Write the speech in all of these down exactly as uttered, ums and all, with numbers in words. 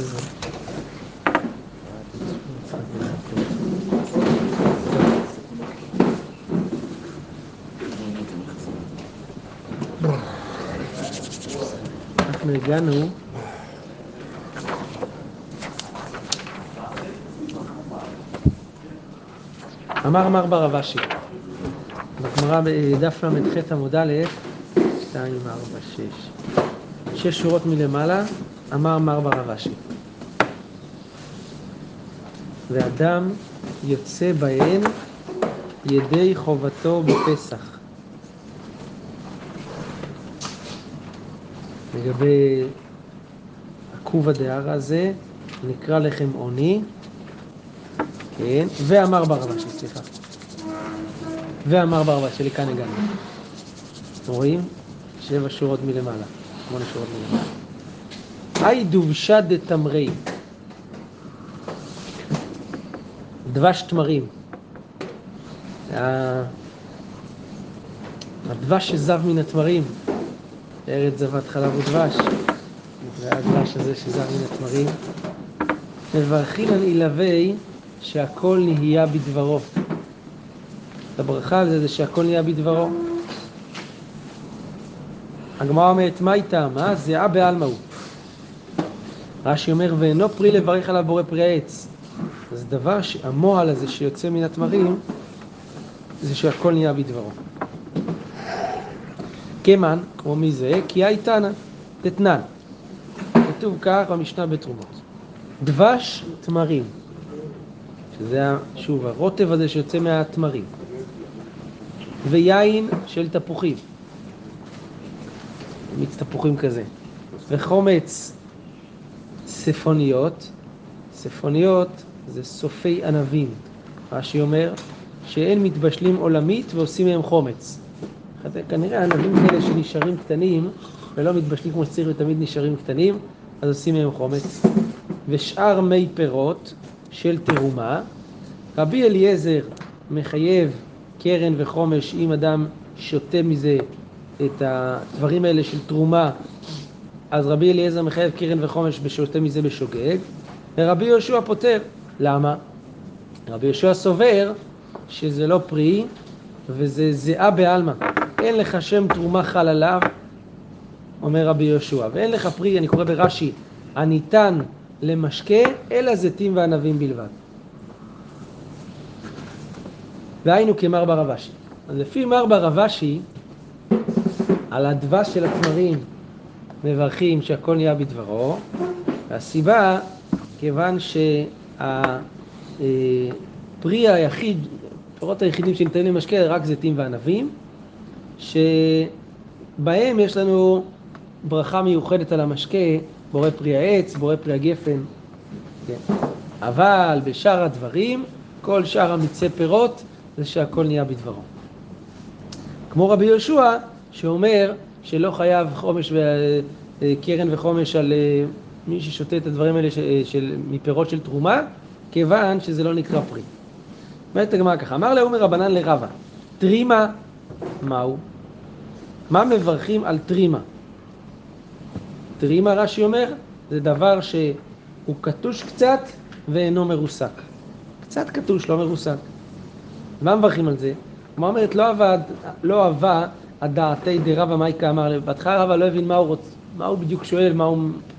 זה? אנחנו הגענו אמר אמר ברב אשי בגמרא בדף למ"ח עמוד א' שתיים ארבע שש שש שורות מלמעלה. אמר אמר ברב אשי ואדם יוצא בהן ידי חובתו בפסח. לגבי עקובא דערא הזה נקרא לחם עוני, כן, ואמר ברב אשי, סליחה, ואמר ברב אשי, לכאן הגענו. אתם רואים? שבע שורות מלמעלה, שמונה שורות מלמעלה. אי דובשא דתמרי, דבש תמרים. הדבש שזב מן התמרים, ארץ זבת חלב ודבש, זה הדבש הזה שזב מן התמרים. מברכין אילבי שהכל נהיה בדברו. הברכה על זה זה שהכל נהיה בדברו. הגמרא אומרת, מה איתה? מה? זהה בעלמא הוא. רש"י אומר, ואינו פרי לברך עליו בורא פרי העץ. אז דבר, המועל הזה שיוצא מן התמרים, זה שהכל נהיה בדברו. כמן, כמו מי זה? כי הייתנה, תתנן. כתוב כך במשנה בתרומות. דבש תמרים. שזה שוב הרוטב הזה שיוצא מהתמרים. ויין של תפוחים. מיץ תפוחים כזה. וחומץ ספוניות. ספוניות זה סופי ענבים. רש"י אומר שאין מתבשלים עולמית ועושים מהם חומץ. כנראה ענבים כאלה שנשארים קטנים ולא מתבשלים כמו שצריך ותמיד נשארים קטנים, אז עושים מהם חומץ. ושאר מי פירות של תרומה. רבי אליעזר מחייב קרן וחומש אם אדם שותה מזה את הדברים האלה של תרומה, אז רבי אליעזר מחייב קרן וחומש ושותה מזה בשוגג. ורבי יהושע פותר. למה? רבי יהושע סובר שזה לא פרי וזה זהה בעלמא. אין לך שם תרומה חל עליו, אומר רבי יהושע, ואין לך פרי, אני קורא ברש"י, הניתן למשקה אלא זיתים וענבים בלבד. והיינו כמר ברב אשי. אז לפי מר ברב אשי, על הדבש של התמרים מברכים שהכל נהיה בדברו, והסיבה, כיוון שהפרי היחיד, פירות היחידים שניתנים למשקה, רק זיתים וענבים, שבהם יש לנו ברכה מיוחדת על המשקה, בורא פרי העץ, בורא פרי הגפן. כן. אבל בשאר הדברים, כל שאר המיצי פירות, זה שהכל נהיה בדברו. כמו רבי יהושע, שאומר שלא חייב חומש וקרן וחומש על מי ששותה את הדברים האלה של, של, מפירות של תרומה, כיוון שזה לא נקרא פרי. אומרת הגמרא ככה, אמר לאומר רבנן לרבא, תרימה, מהו? מה מברכים על תרימה? תרימה, רש"י אומר, זה דבר שהוא קטוש קצת ואינו מרוסק. קצת קטוש, לא מרוסק. מה מברכים על זה? כמו אומרת, לא אהבה, לא אהבה הדעתי דרבא מייקה אמר, בהתחלה רבא לא הבין מה הוא רוצה, מה הוא בדיוק שואל, מה הוא...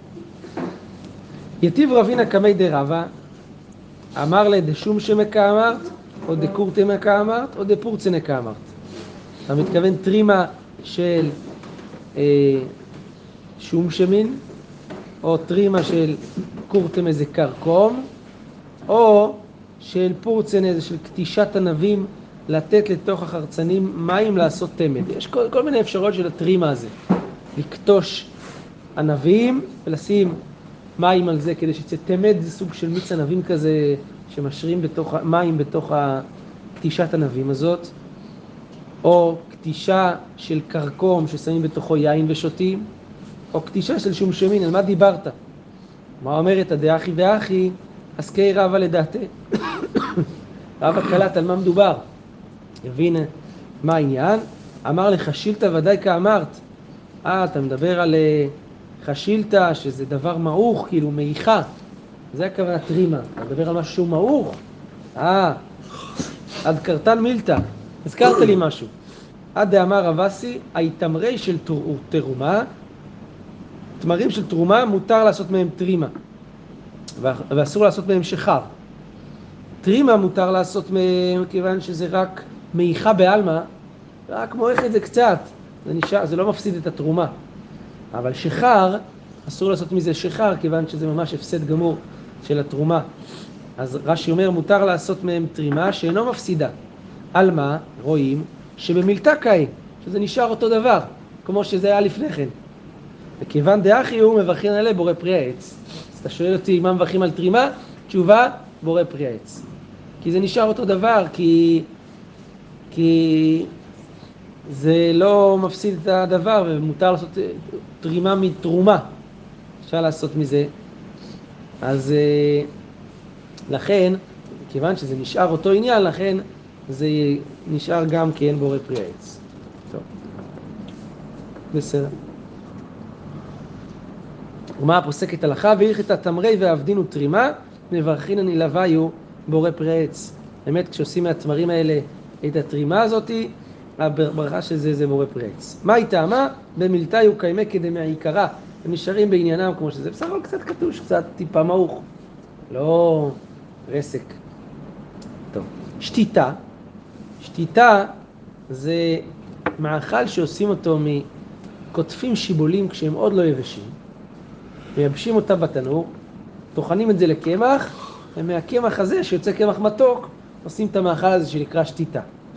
יתיב רבינה קמי דרבא, אמר לה דשום שמקה אמרת, או דקורטה מקה אמרת, או דפורצה נקה אמרת. אתה מתכוון תרימה של אה, שום שמין, או תרימה של קורטם איזה קרקום, או של פורצן איזה של קטישת ענבים, לתת לתוך החרצנים מים לעשות תמד. יש כל, כל מיני אפשרויות של התרימה הזה. לקטוש ענבים ולשים מים על זה כדי שיצא תמד, זה סוג של מיץ ענבים כזה שמשרים בתוך, מים בתוך קטישת ענבים הזאת. או קטישה של קרקום ששמים בתוכו יין ושותים, או קטישה של שום שמין. על מה דיברת? מה אומרת הדאחי ואחי? עסקי רבא לדעתי. רבא קלט על מה מדובר. הבין מה העניין? אמר לך שילתא ודאי כאמרת. אה, אתה מדבר על חשילתא, שזה דבר מעוך, כאילו מעיכה. זה הכוונה תרימה. אתה מדבר על משהו מעוך? אה, עד קרתן מילתא. הזכרת לי משהו. עד דאמר רב אסי, התמרי של תרומה, תמרים של תרומה מותר לעשות מהם תרימה, ואסור לעשות מהם שחר. תרימה מותר לעשות מהם, כיוון שזה רק מעיכה בעלמא, רק מועך את זה קצת, זה נשאר, זה לא מפסיד את התרומה. אבל שחר, אסור לעשות מזה שחר, כיוון שזה ממש הפסד גמור של התרומה. אז רש"י אומר, מותר לעשות מהם תרימה שאינו מפסידה. על מה? רואים שבמילתא קאי, שזה נשאר אותו דבר, כמו שזה היה לפני כן. וכיוון דאחי הוא מברכין עליה בורא פרי העץ. אז אתה שואל אותי מה מברכים על תרימה? תשובה, בורא פרי העץ. כי זה נשאר אותו דבר, כי, כי זה לא מפסיד את הדבר, ומותר לעשות תרימה מתרומה. אפשר לעשות מזה. אז לכן, כיוון שזה נשאר אותו עניין, לכן זה נשאר גם כן בורא פרי העץ. טוב. בסדר. ומה הפוסקת הלכה? והלכת התמרי והעבדין ותרימה, מברכין הנלוויו בורא פרי העץ. באמת, כשעושים מהתמרים האלה את התרימה הזאת, הברכה של זה זה בורא פרי העץ. מה היא טעמה? במילתאיו קיימי כדי מהעיקרה. הם נשארים בעניינם כמו שזה. בסך הכל קצת קטוש, קצת טיפה מעוך. לא רסק. טוב. שתיתה. שתיתה זה מאכל שעושים אותו מקוטפים שיבולים כשהם עוד לא יבשים. מייבשים אותה בתנור, טוחנים את זה לקמח, ומהקמח הזה שיוצא קמח מתוק, עושים את המאכל הזה שנקרא שתיתה.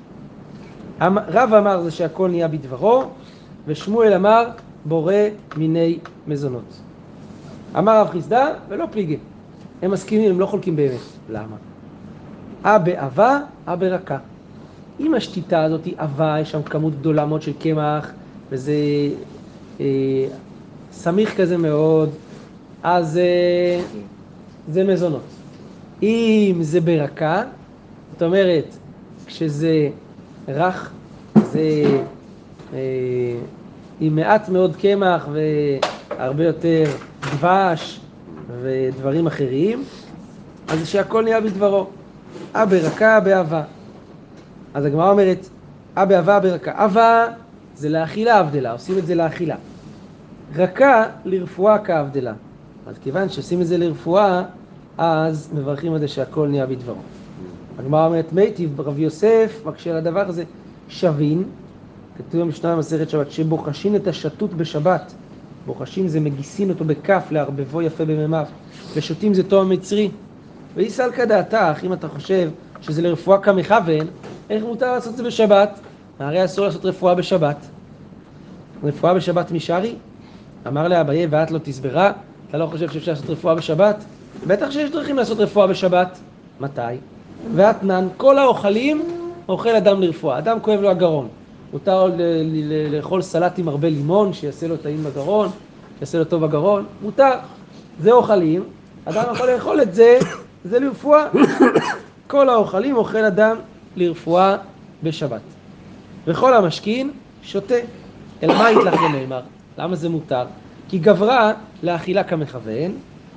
רב אמר זה שהכל נהיה בדברו, ושמואל אמר בורא מיני מזונות. אמר רב חיסדא ולא פליגי. הם מסכימים, הם לא חולקים באמת. למה? אה באהבה, אה ברכה. אם השתיתה הזאת היא אהבה, יש שם כמות גדולה מאוד של קמח, וזה אה, סמיך כזה מאוד, אז אה, זה מזונות. אם זה ברכה, זאת אומרת, כשזה רך, זה אה, עם מעט מאוד קמח והרבה יותר דבש ודברים אחרים, אז זה שהכל נהיה בדברו. אה ברכה, באהבה. אז הגמרא אומרת, אה באהבה, ברכה. אהבה זה לאכילה הבדלה, עושים את זה לאכילה. רכה לרפואה כהבדלה. אז כיוון שעושים את זה לרפואה, אז מברכים על זה שהכל נהיה בדברו. הגמרא אומרת, מיטיב רב יוסף מקשה על הדבר הזה, שווין, כתוב במשנה במסכת שבת, שבוחשים את השטות בשבת. בוחשים זה מגיסין אותו בכף לערבבו יפה בממיו, ושותים זה תואם מצרי. ויסל כדעתך, אם אתה חושב שזה לרפואה כמכוון, איך מותר לעשות את זה בשבת? הרי אסור לעשות רפואה בשבת. רפואה בשבת משארי? אמר לאביי, ואת לא תסברה, אתה לא חושב שאפשר לעשות רפואה בשבת? בטח שיש דרכים לעשות רפואה בשבת. מתי? ואתנן, כל האוכלים אוכל אדם לרפואה. אדם כואב לו הגרון. מותר לאכול סלט עם הרבה לימון, שיעשה לו טעים בגרון, שיעשה לו טוב בגרון. מותר. זה אוכלים. אדם יכול לאכול את זה, זה לרפואה. כל האוכלים אוכל אדם לרפואה בשבת. וכל המשכין שותה. אלא מה יתלך לנאמר? למה זה מותר? כי גברה לאכילה כמכוון,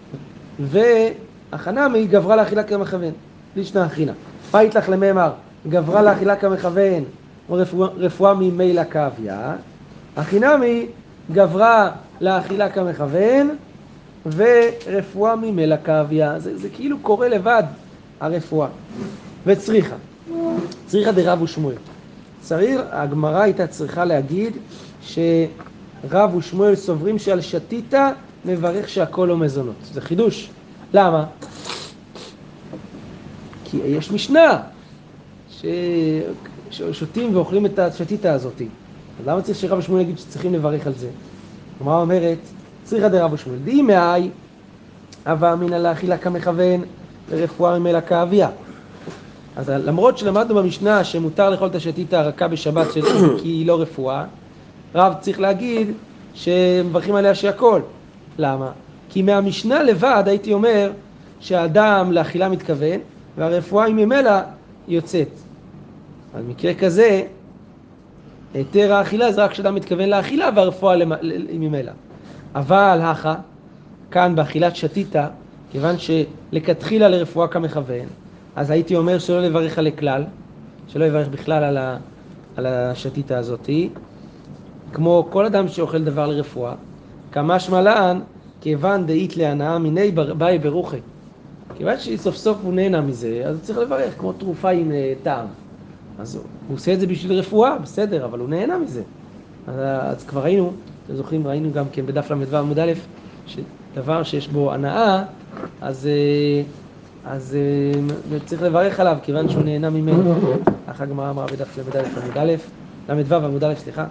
והחנמי היא גברה לאכילה כמכוון. לישנא אחינה. מה יתלך למאמר? גברה לאכילה כמכוון, או רפואה, רפואה ממילא כאביה. החינמי גברה לאכילה כמכוון, ורפואה ממילא כאביה. זה, זה כאילו קורה לבד, הרפואה. וצריכה. צריכה דרב ושמואל. צריך, הגמרא הייתה צריכה להגיד שרב ושמואל סוברים שעל שתיתה מברך שהכל לא מזונות. זה חידוש. למה? כי יש משנה ש... ששותים ואוכלים את השתיתה הזאת. אז למה צריך שרב ושמואל יגיד שצריכים לברך על זה? הגמרא אומרת, צריכה דרב ושמואל. די מאי, הווה אמינא לאכילה כמכוון ורפואה ממילא כאביה. אז למרות שלמדנו במשנה שמותר לאכול את השתיתה הרכה בשבת של... כי היא לא רפואה, רב צריך להגיד שמברכים עליה שהכל. למה? כי מהמשנה לבד הייתי אומר שהאדם לאכילה מתכוון והרפואה היא ממילא יוצאת. אז מקרה כזה, היתר האכילה זה רק כשאדם מתכוון לאכילה והרפואה היא ממילא. אבל הכה, כאן באכילת שתיתה, כיוון שלכתחילה לרפואה כמכוון, אז הייתי אומר שלא לברך עלי כלל, שלא יברך בכלל על, ה, על השתיתה הזאת, כמו כל אדם שאוכל דבר לרפואה, כמשמע לן, כיוון דאית להנאה מיני באי ברוכי. כיוון שסוף סוף הוא נהנה מזה, אז הוא צריך לברך, כמו תרופה עם uh, טעם. אז הוא עושה את זה בשביל רפואה, בסדר, אבל הוא נהנה מזה. אז, אז כבר ראינו, אתם זוכרים, ראינו גם כן בדף למדבר עמוד א', שדבר שיש בו הנאה, אז, אז צריך לברך עליו, כיוון שהוא נהנה ממנו. אחר הגמרא אמרה בדף למדבר עמוד א', למדבר עמוד א', סליחה.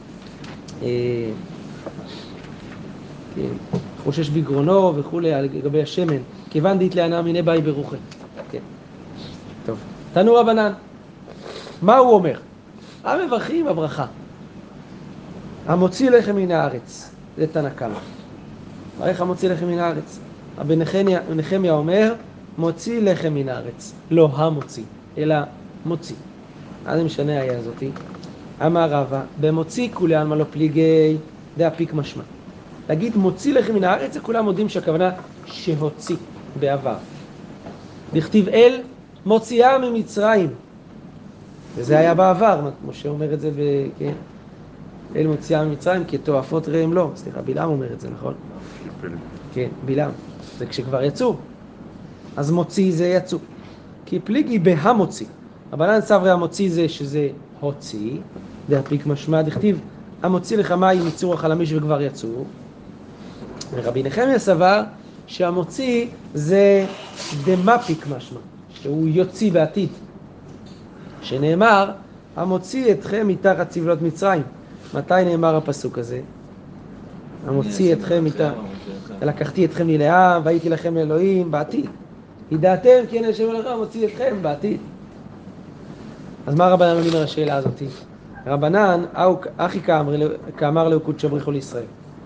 חושש בגרונו וכולי, לגבי השמן, כיוון דאית להנאה מיני באי ברוכי. כן. טוב. תנו רבנן. מה הוא אומר? המברכים הברכה. המוציא לחם מן הארץ. זה תנא קמא. איך המוציא לחם מן הארץ? רבי נחמיה אומר, מוציא לחם מן הארץ. לא המוציא, אלא מוציא. אז זה משנה היה הזאתי. אמר רבא, במוציא כולי עלמא לא פליגי, דאפיק משמע. להגיד מוציא לחם מן הארץ, זה כולם יודעים שהכוונה שהוציא בעבר. דכתיב אל מוציאה ממצרים. וזה היה בעבר, כמו שאומר את זה, ב... כן? אל מוציאה ממצרים, כי תועפות רעם לא. סליחה, בלעם אומר את זה, נכון? כן, בלעם. זה כשכבר יצאו. אז מוציא זה יצאו. כי פליגי בהמוציא. רבנן סברי המוציא זה שזה הוציא. דאפיק משמע דכתיב, המוציא לך מים מצור החלמיש וכבר יצאו. ורבי נחמיה סבר שהמוציא זה דמפיק משמע, שהוא יוציא בעתיד. שנאמר, המוציא אתכם מתחת צבלות מצרים. מתי נאמר הפסוק הזה? המוציא אתכם מתחת, לקחתי אתכם לעם והייתי לכם לאלוהים בעתיד. ידעתם כי אין השם אלוהיכם המוציא אתכם בעתיד. אז מה רבנן עונים על השאלה הזאת? רבנן, אחי כאמר לאו קודשא בריחו לישראל.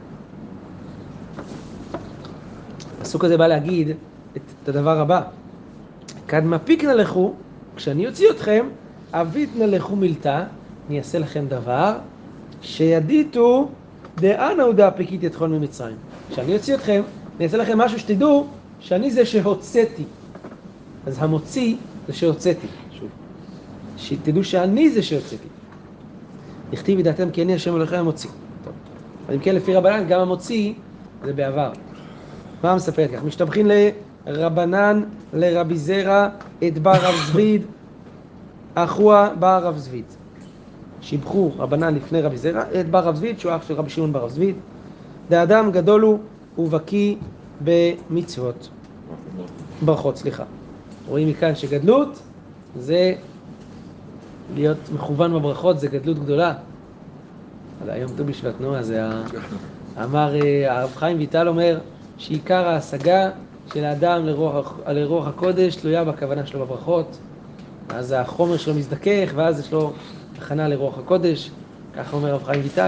הפסוק הזה בא להגיד את הדבר הבא. כד מפיקנה לכו, כשאני אוציא אתכם, אביתנה לכו מילתא, אני אעשה לכם דבר, שידיתו דאנה הוא דאפיקית אתכון ממצרים. כשאני אוציא אתכם, אני אעשה לכם משהו שתדעו שאני זה שהוצאתי. אז המוציא זה שהוצאתי. שוב. שתדעו שאני זה שהוצאתי. נכתיב ידעתם כי אני השם אלוהיכם המוציא. טוב. אבל אם כן, לפי רבנן, גם המוציא זה בעבר. מה מספרת כך? משתבחין לרבנן, לרבי זרע, את בר רב זביד, אחוה בר רב זביד. שיבחו רבנן לפני רבי זרע, את בר רב זביד, שהוא אח של רבי שמעון בר רב זביד. דאדם גדול הוא ובקיא במצוות. ברכות, סליחה. רואים מכאן שגדלות זה להיות מכוון בברכות, זה גדלות גדולה. על היום ט"ו בשבט, נו, אז אמר הרב חיים ויטל אומר שעיקר ההשגה של האדם לרוח, לרוח הקודש תלויה בכוונה שלו בברכות. אז החומר שלו מזדכך ואז יש לו הכנה לרוח הקודש, ככה אומר הרב חיים ויטל.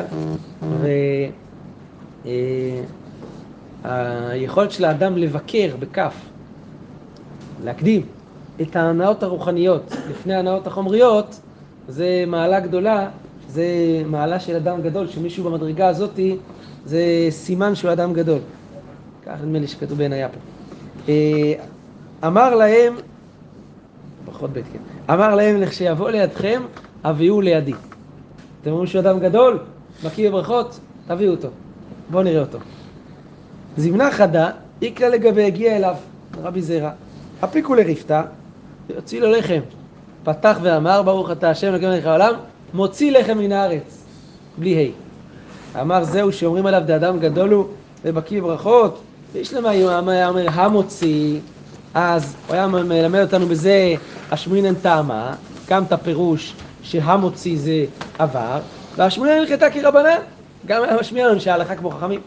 והיכולת של האדם לבקר בכף, להקדים את ההנאות הרוחניות לפני ההנאות החומריות, זה מעלה גדולה, זה מעלה של אדם גדול, שמישהו במדרגה הזאת זה סימן שהוא אדם גדול. כך נדמה לי שכתוב בעין היה פה. אמר להם, פחות בית כן, אמר להם לכשיבוא לידכם, הביאו לידי. אתם אומרים שהוא אדם גדול, בקיא בברכות, תביאו אותו. בואו נראה אותו. זמנה חדה, איקלה לגבי הגיע אליו, רבי זרע. הפיקו לרפתה, יוציא לו לחם. פתח ואמר, ברוך אתה השם אלוקים מלך העולם, מוציא לחם מן הארץ. בלי ה'. אמר זהו שאומרים עליו דאדם גדול הוא ובקיא בברכות. יש למה היה אומר המוציא, אז הוא היה מלמד אותנו בזה השמינן טעמה, גם את הפירוש שהמוציא זה עבר, והשמינן הלכתה כרבנן, גם היה משמיע לנו שההלכה כמו חכמים.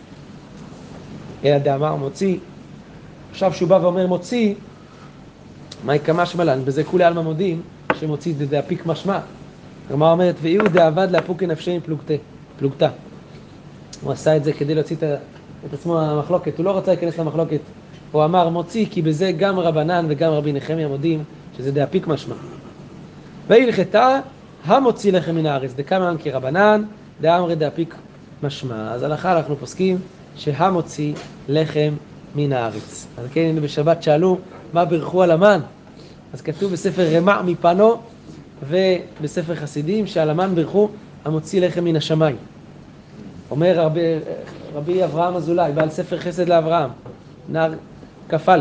אלא דאמר מוציא, עכשיו שהוא בא ואומר מוציא, מה יקמה שמלן? בזה כולי עלמא מודים שמוציא דאפיק משמע. הגמרא אומרת, ואיהו דאבד לאפוקי נפשי פלוגתא. הוא עשה את זה כדי להוציא את עצמו מהמחלוקת, הוא לא רצה להיכנס למחלוקת. הוא אמר מוציא, כי בזה גם רבנן וגם רבי נחמיה מודים שזה דאפיק משמע. והלכתה המוציא לחם מן הארץ, דקאמרן כרבנן, דאמרי דאפיק משמע. אז הלכה אנחנו פוסקים שהמוציא לחם מן הארץ. אז כן, הנה בשבת שאלו מה ברכו על המן. אז כתוב בספר רמ"א מפנו ובספר חסידים שעל המן ברכו המוציא לחם מן השמיים. אומר רבי, רבי אברהם אזולאי, בעל ספר חסד לאברהם, נער כ"א,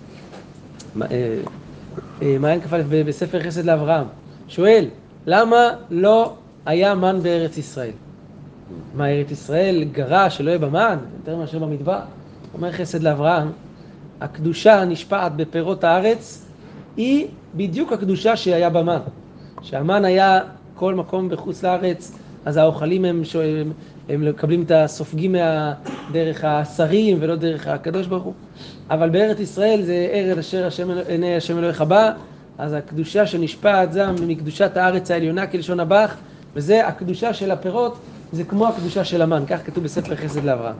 מעיין כ"א בספר חסד לאברהם, שואל, למה לא היה מן בארץ ישראל? מה, ארץ ישראל גרה שלא יהיה במן, יותר מאשר במדבר? אומר חסד לאברהם, הקדושה הנשפעת בפירות הארץ היא בדיוק הקדושה שהיה במן. שהמן היה כל מקום בחוץ לארץ, אז האוכלים הם, הם, הם מקבלים את הסופגים מה, דרך השרים ולא דרך הקדוש ברוך הוא. אבל בארץ ישראל זה ארץ אשר השם, עיני השם אלוהיך בא, אז הקדושה שנשפעת זה מקדושת הארץ העליונה כלשון הבח, וזה הקדושה של הפירות, זה כמו הקדושה של המן, כך כתוב בספר חסד לאברהם.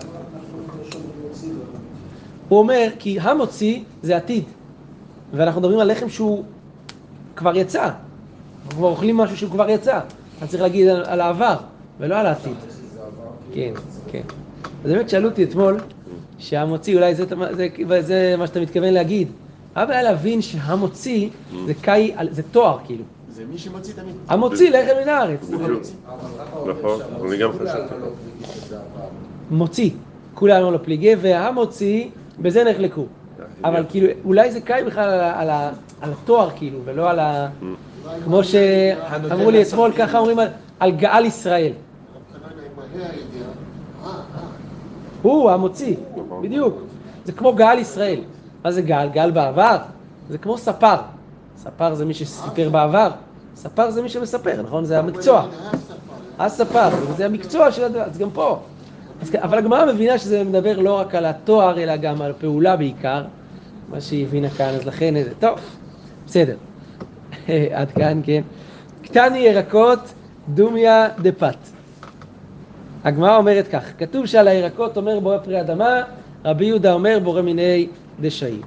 הוא אומר כי המוציא זה עתיד, ואנחנו מדברים על לחם שהוא כבר יצא, אנחנו כבר אוכלים משהו שהוא כבר יצא, אז צריך להגיד על, על העבר ולא על העתיד. כן, כן. אז באמת שאלו אותי אתמול שהמוציא, אולי זה, זה, זה, זה מה שאתה מתכוון להגיד, אבל היה להבין שהמוציא זה קאי, זה תואר כאילו. זה מי שמוציא תמיד. המוציא לחם מן הארץ. נכון, אני גם חשבתי. מוציא, כולנו לא פליגי, והמוציא, בזה נחלקו. אבל כאילו, אולי זה קאי בכלל על, על, על התואר כאילו, ולא על ה... כמו שאמרו לי אתמול, ככה אומרים על, על גאל ישראל. הוא המוציא, בדיוק. זה כמו גאל ישראל. מה זה גאל? גאל בעבר? זה כמו ספר. ספר זה מי שסיפר בעבר. ספר זה מי שמספר, נכון? זה המקצוע. הספר, זה המקצוע של הדבר, אז גם פה. אז, אבל הגמרא מבינה שזה מדבר לא רק על התואר, אלא גם על פעולה בעיקר. מה שהיא הבינה כאן, אז לכן איזה, טוב, בסדר. עד כאן, כן. קטני ירקות דומיה דפת. הגמרא אומרת כך, כתוב שעל הירקות אומר בורא פרי אדמה, רבי יהודה אומר בורא מיני דשאים.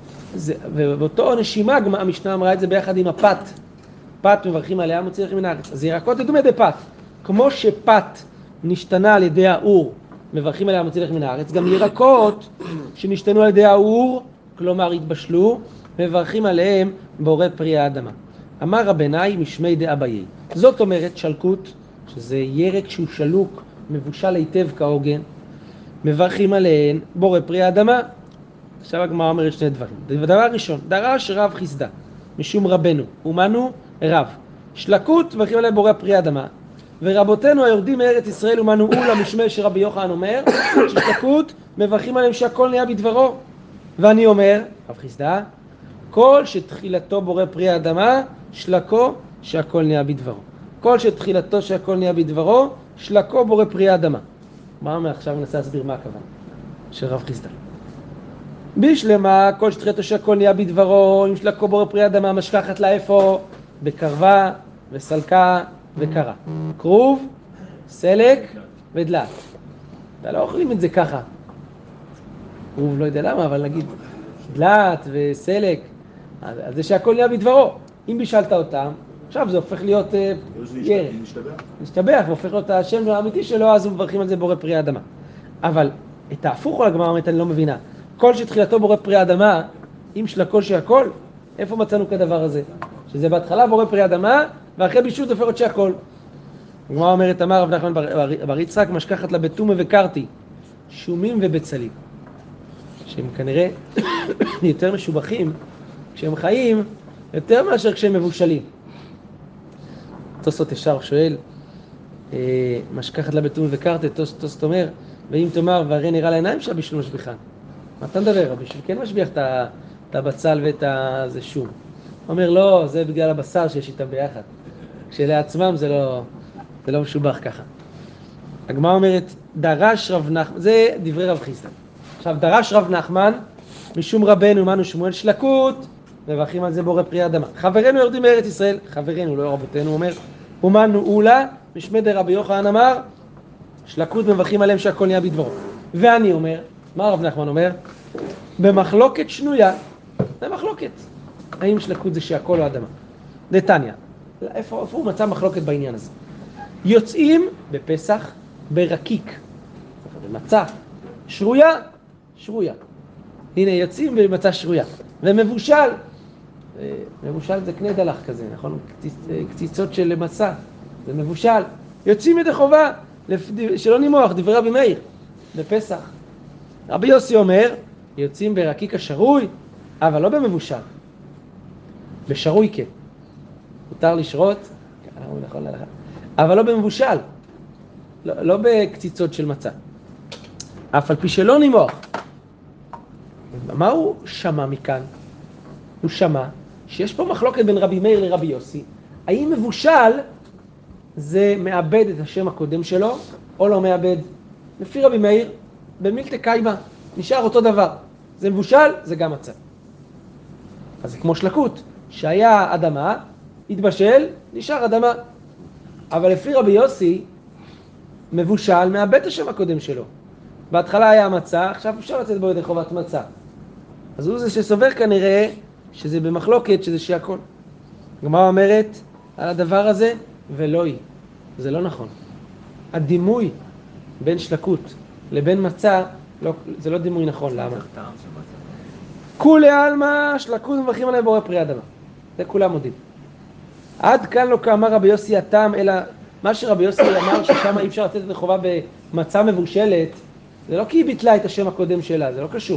ובאותו נשימה המשנה אמרה את זה ביחד עם הפת. פת מברכים עליה מוציא לחם מן הארץ. אז ירקות דומיה דפת. כמו שפת נשתנה על ידי האור, מברכים עליה מוציא לחם מן הארץ, גם ירקות שנשתנו על ידי האור, כלומר התבשלו, מברכים עליהם בורא פרי האדמה. אמר רבנאי משמי דאביי. זאת אומרת שלקות, שזה ירק שהוא שלוק, מבושל היטב כהוגן, מברכים עליהן בורא פרי האדמה. עכשיו הגמרא אומרת שני דברים. דבר ראשון, דרש רב חסדה, משום רבנו, ומנו רב. שלקות מברכים עליהם בורא פרי האדמה. ורבותינו היורדים מארץ ישראל ומנו אולה משמי שרבי יוחנן אומר, ששלקות מברכים עליהם שהכל נהיה בדברו. ואני אומר, רב חסדה, כל שתחילתו בורא פרי האדמה, שלקו שהכל נהיה בדברו. כל שתחילתו שהכל נהיה בדברו, שלקו בורא פרי האדמה. מה אומר עכשיו? ננסה להסביר מה הכוונה של רב חסדה. בשלמה, כל שתחילתו שהכל נהיה בדברו, אם שלקו בורא פרי האדמה, משכחת לה איפה? בקרבה וסלקה וקרה. כרוב, סלק ודלת. אתה לא אוכלים את זה ככה. כרוב לא יודע למה, אבל נגיד דלת וסלק, אז זה שהכל נהיה בדברו. אם בישלת אותם, עכשיו זה הופך להיות ירק. להשתבח, והופך להיות השם האמיתי שלו, אז הוא מברכים על זה בורא פרי האדמה. אבל את ההפוך על הגמרא אומרת, אני לא מבינה. כל שתחילתו בורא פרי האדמה, אם שלקו שהכל, איפה מצאנו כדבר הזה? שזה בהתחלה בורא פרי האדמה, ואחרי בישול זה הופך להיות שהכל. הגמרא אומרת, אמר רב נחמן בר יצחק, משכחת לה בתומה וקרתי, שומים ובצלים. שהם כנראה יותר משובחים כשהם חיים, יותר מאשר כשהם מבושלים. תוספות ישר שואל, משכחת לה בתומה וקרתי, תוספות אומר, ואם תאמר, והרי נראה לעיניים שהבישול משביחן. מה אתה מדבר? הבישול כן משביח את הבצל ואת זה שום. הוא אומר, לא, זה בגלל הבשר שיש איתם ביחד. כשלעצמם זה לא, זה לא משובח ככה. הגמרא אומרת, דרש רב נחמן, זה דברי רב חסדה. עכשיו, דרש רב נחמן, משום רבנו, מנו שמואל שלקות, מברכים על זה בורא פרי האדמה. חברינו יורדים מארץ ישראל, חברינו, לא רבותינו, אומר, ומנו אולה, משמי דרבי יוחנן אמר, שלקות מברכים עליהם שהכל נהיה בדברו. ואני אומר, מה רב נחמן אומר? במחלוקת שנויה, זה מחלוקת. האם שלקות זה שהכל או אדמה? דתניא, איפה, איפה הוא מצא מחלוקת בעניין הזה? יוצאים בפסח ברקיק, במצה, שרויה, שרויה. הנה יוצאים במצה שרויה. ומבושל, מבושל זה קנה דלח כזה, נכון? קציצות של מצה, זה מבושל. יוצאים ידי חובה, שלא נימוח, דברי רבי מאיר, בפסח. רבי יוסי אומר, יוצאים ברקיק השרוי, אבל לא במבושל. בשרוי כן. מותר לשרות, נכון להלכה, אבל לא במבושל. לא, לא בקציצות של מצה. אף על פי שלא נימוח. מה הוא שמע מכאן? הוא שמע שיש פה מחלוקת בין רבי מאיר לרבי יוסי. האם מבושל זה מאבד את השם הקודם שלו, או לא מאבד? לפי רבי מאיר, במילתא קיימא, נשאר אותו דבר. זה מבושל, זה גם מצה. אז זה כמו שלקות, שהיה אדמה, התבשל, נשאר אדמה. אבל לפי רבי יוסי, מבושל מאבד את השם הקודם שלו. בהתחלה היה מצה, עכשיו אפשר לצאת בו ידי חובת מצה. אז הוא זה שסובר כנראה שזה במחלוקת, שזה שהכל. הגמרא אומרת על הדבר הזה, ולא היא. זה לא נכון. הדימוי בין שלקות לבין מצה, לא, זה לא דימוי נכון. למה? כולי עלמא שלקות מברכים עליהם בורא פרי אדמה. זה כולם מודים. עד כאן לא כאמר רבי יוסי הטעם, אלא מה שרבי יוסי אמר ששם אי אפשר לתת את החובה במצה מבושלת, זה לא כי היא ביטלה את השם הקודם שלה, זה לא קשור.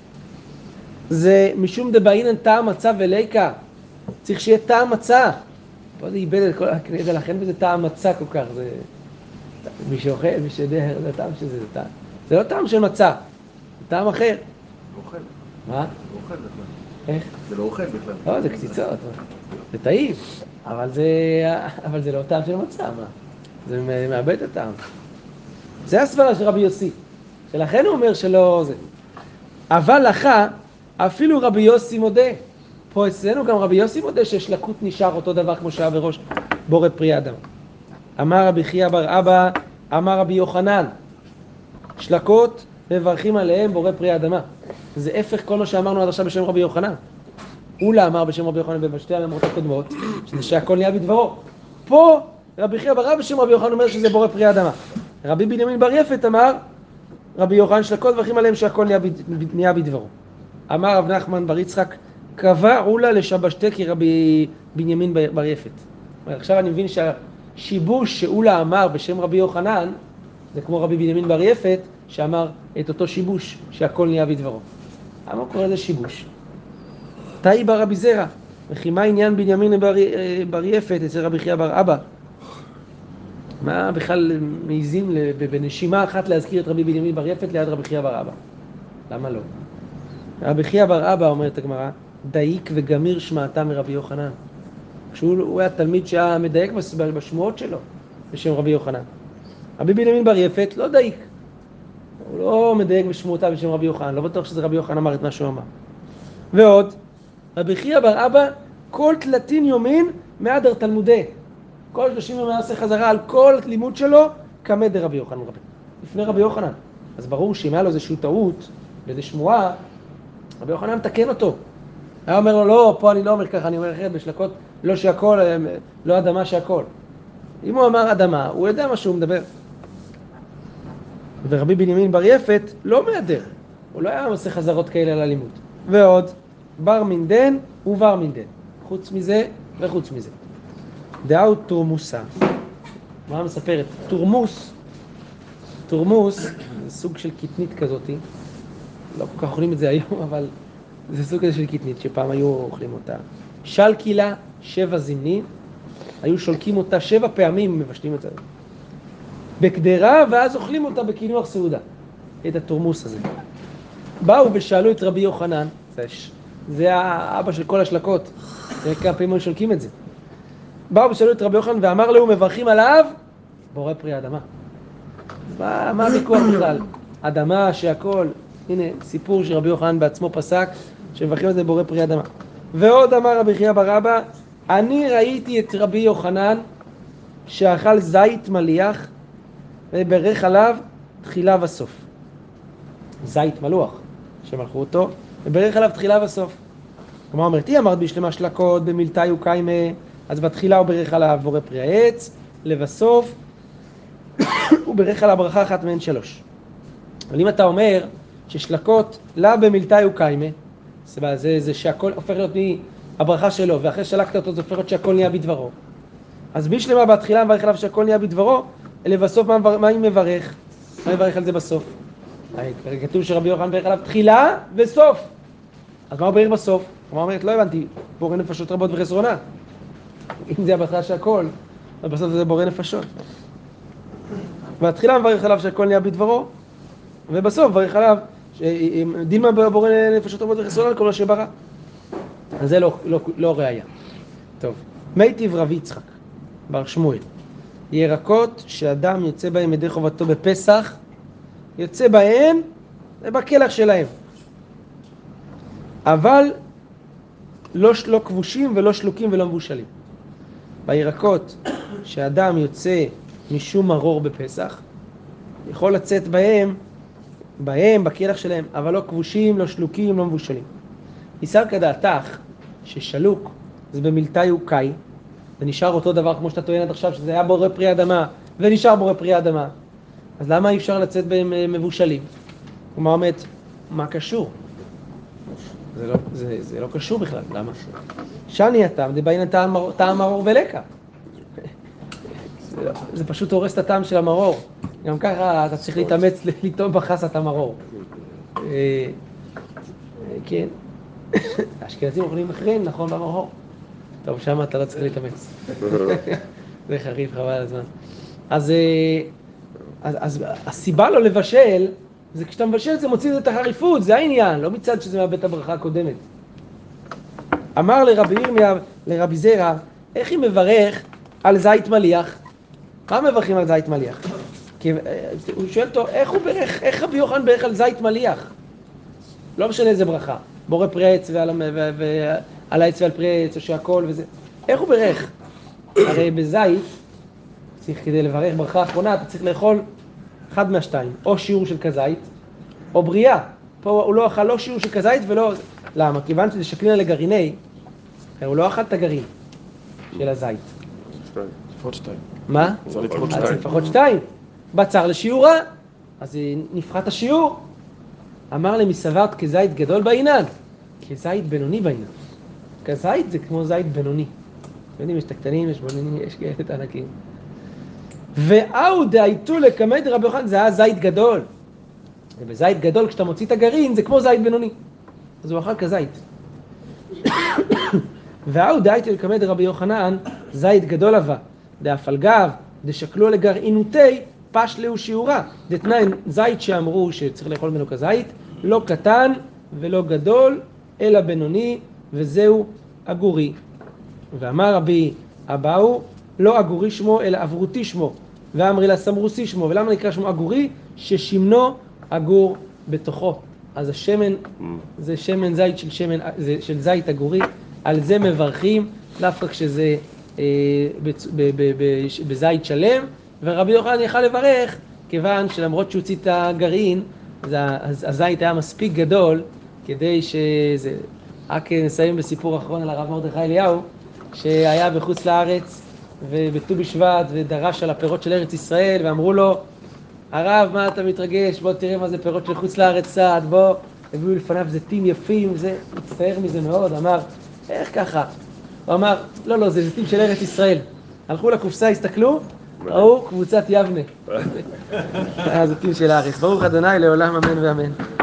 זה משום דבעינן טעם מצה וליקה. צריך שיהיה טעם מצה. פה זה איבד את כל הקנדה, לכן בזה טעם מצה כל כך. זה... מי שאוכל, מי שיודע, זה טעם שזה, זה טעם. זה לא טעם של מצה, זה טעם אחר. זה אוכל. מה? זה אוכל בכלל. איך? זה לא אוכל בכלל. לא, זה קציצות. זה טעים, אבל זה, אבל זה לא טעם של מצה, מה? זה מאבד את הטעם. זה הסברה של רבי יוסי. שלכן הוא אומר שלא זה. אבל לך, אפילו רבי יוסי מודה. פה אצלנו גם רבי יוסי מודה ששלקות נשאר אותו דבר כמו שהיה בראש בורא פרי אדם. אמר רבי חייא בר אבא, אמר רבי יוחנן, שלקות מברכים עליהם בורא פרי אדמה. זה הפך כל מה שאמרנו עד עכשיו בשם רבי יוחנן. אולה אמר בשם רבי יוחנן בשתי המאמרות הקודמות, שזה שהכל נהיה בדברו. פה רבי חייא בר אבא בשם רבי יוחנן אומר שזה בורא פרי אדמה. רבי בנימין בר יפת אמר, רבי יוחנן שלקות מברכים עליהם שהכל נהיה, נהיה בדברו. אמר רב נחמן בר יצחק, קבע אולה לשבשתה כרבי בנימין בר יפת. עכשיו אני מבין שהשיבוש שאולה אמר בשם רבי יוחנן, זה כמו רבי בנימין בר יפת, שאמר את אותו שיבוש שהכל נהיה בדברו. למה הוא קורא לזה שיבוש? תאי בר רבי זרע, וכי מה עניין בנימין בר, בר יפת אצל רבי חייא בר אבא? מה בכלל מעיזים בנשימה אחת להזכיר את רבי בנימין בר יפת ליד רבי חייא בר אבא? למה לא? רבי חייא בר אבא, אומרת הגמרא, דייק וגמיר שמעתה מרבי יוחנן. כשהוא היה תלמיד שהיה מדייק בשמועות שלו, בשם רבי יוחנן. רבי בנימין בר יפת לא דייק. הוא לא מדייק בשמועותיו בשם רבי יוחנן, לא בטוח שזה רבי יוחנן אמר את מה שהוא אמר. ועוד, רבי חייא בר אבא, כל תלתין יומין מאדר תלמודי. כל שלושים יום יעשה חזרה על כל לימוד שלו, כמה דרבי יוחנן רבי. לפני רבי יוחנן. אז ברור שאם היה לו איזושהי טעות, באיזו שמועה, רבי יוחנן מתקן אותו. היה אומר לו, לא, פה אני לא אומר ככה, אני אומר אחרת בשלקות, לא שהכל, לא אדמה שהכל. אם הוא אמר אדמה, הוא יודע מה שהוא מדבר. ורבי בנימין בר יפת לא מהדר. הוא לא היה עושה חזרות כאלה על הלימוד. ועוד, בר מינדן ובר מינדן. חוץ מזה וחוץ מזה. דאו תורמוסה. מה מספרת? תורמוס. תורמוס זה סוג של קטנית כזאת. לא כל כך אוכלים את זה היום, אבל זה סוג כזה של קטנית שפעם היו אוכלים אותה. שלקילה, שבע זמנים. היו שולקים אותה שבע פעמים מבשלים את זה. בקדרה, ואז אוכלים אותה בקינוח סעודה. את התורמוס הזה. באו ושאלו את רבי יוחנן, זה, זה האבא של כל השלקות, כמה פעמים היו שולקים את זה. באו ושאלו את רבי יוחנן ואמר לו, מברכים עליו, בורא פרי אדמה. מה, מה הוויכוח בכלל? אדמה שהכל, הנה סיפור שרבי יוחנן בעצמו פסק, שמברכים את זה בורא פרי אדמה. ועוד אמר רבי חייא בר אבא, אני ראיתי את רבי יוחנן שאכל זית מליח, וברך עליו תחילה וסוף. זית מלוח, שמלכו אותו, וברך עליו תחילה וסוף. כמו אמרתי, אמרת בשלמה שלקות, במילתאי וקיימה, אז בתחילה הוא ברך עליו בורא פרי העץ, לבסוף, הוא הוא ברך על הברכה אחת מהן שלוש. אבל אם אתה אומר ששלקות לה במילתאי הוא קיימה, זה, זה שהכל הופך להיות מהברכה שלו, ואחרי שלקת אותו זה הופך להיות שהכל נהיה בדברו. אז בשלמה בהתחילה מברך עליו שהכל נהיה בדברו, אלא בסוף מה, מה היא מברך? מה מברך על זה בסוף? כתוב שרבי יוחנן מברך עליו תחילה וסוף. אז מה הוא מברך בסוף? הוא אומרת, לא הבנתי, בורא נפשות רבות וחסרונה. אם זה הברכה שהכל, אז בסוף זה בורא נפשות. בהתחילה מברך עליו שהכל נהיה בדברו, ובסוף מברך עליו, דילמה בורא נפשות רבות וחסרונה לכל מה שברא. אז זה לא, לא, לא ראיה. טוב, מיטיב רבי יצחק, בר שמואל, ירקות שאדם יוצא בהם ידי חובתו בפסח, יוצא בהם ובקלח שלהם. אבל לא, לא כבושים ולא שלוקים ולא מבושלים. בירקות שאדם יוצא משום מרור בפסח, יכול לצאת בהם, בהם, בקלח שלהם, אבל לא כבושים, לא שלוקים, לא מבושלים. ניסר כדעתך ששלוק זה במילתאי הוא קאי, ונשאר אותו דבר כמו שאתה טוען עד עכשיו, שזה היה בורא פרי אדמה, ונשאר בורא פרי אדמה. אז למה אי אפשר לצאת בהם מבושלים? כלומר, אומרת, מה קשור? זה לא, זה, זה לא קשור בכלל, למה? שני הטעם, זה בעין טעם מרור ולקה. זה, זה פשוט הורס את הטעם של המרור. גם ככה אתה צריך להתאמץ לטעום בחסת המרור. כן. האשכנזים אוכלים אחרים, נכון, במרור. טוב, שם אתה לא צריך להתאמץ. זה חריף, חבל על הזמן. אז, אז, אז הסיבה לא לבשל, זה כשאתה מבשל זה מוציא את החריפות, זה העניין, לא מצד שזה מאבד את הברכה הקודמת. אמר לרבי ירמיה, לרבי זרע, איך היא מברך על זית מליח? מה מברכים על זית מליח? כי הוא שואל אותו, איך הוא ברך, איך רבי יוחנן ברך על זית מליח? לא משנה איזה ברכה, בורא פרי עץ ועל, ו, ו, ועל העץ ועל פרי עץ או שהכל וזה. איך הוא ברך? הרי בזית, צריך כדי לברך ברכה האחרונה, אתה צריך לאכול אחד מהשתיים, או שיעור של כזית, או בריאה. פה הוא לא אכל לא שיעור של כזית ולא... למה? כיוון שזה שקלינה לגרעיני, הוא לא אכל את הגרעין של הזית. שתיים. לפחות שתיים. מה? צריך לפחות שתיים. לפחות שתיים. בצר לשיעורה, אז נפחת השיעור. אמר לי, מסברת כזית גדול בעינן, כזית בינוני בעינן. כזית זה כמו זית בינוני. יודעים, יש את הקטנים, יש בינונים, יש את הענקים. ואו דאיתו לקמד רבי יוחנן, זה היה זית גדול. ובזית גדול, כשאתה מוציא את הגרעין, זה כמו זית בינוני. אז הוא אכל כזית. ואו דאיתו לקמד רבי יוחנן, זית גדול אבה. דאף על גב, דשקלו לגרעינותי, פש להו שיעורה. דתנאי זית שאמרו שצריך לאכול ממנו כזית, לא קטן ולא גדול, אלא בינוני, וזהו אגורי. ואמר רבי אבאו, לא אגורי שמו, אלא אברותי שמו. ואמרי לה סמרוסי שמו. ולמה נקרא שמו אגורי? ששמנו אגור בתוכו. אז השמן, זה שמן זית של, שמן, זה של זית אגורי. על זה מברכים, דווקא כשזה אה, בצ, ב, ב, ב, בזית שלם. ורבי יוחנן יכל לברך, כיוון שלמרות שהוא הוציא את הגרעין, אז הזית היה מספיק גדול, כדי שזה... רק נסיים בסיפור אחרון על הרב מרדכי אליהו, שהיה בחוץ לארץ, ובט"ו בשבט, ודרש על הפירות של ארץ ישראל, ואמרו לו, הרב, מה אתה מתרגש? בוא תראה מה זה פירות של חוץ לארץ צעד, בוא, הביאו לפניו זיתים יפים, זה מצטער מזה מאוד, אמר, איך ככה? הוא אמר, לא, לא, זה זיתים של ארץ ישראל. הלכו לקופסה, הסתכלו, ראו קבוצת יבנה. הזיתים של הארץ. ברוך אדוני לעולם אמן ואמן.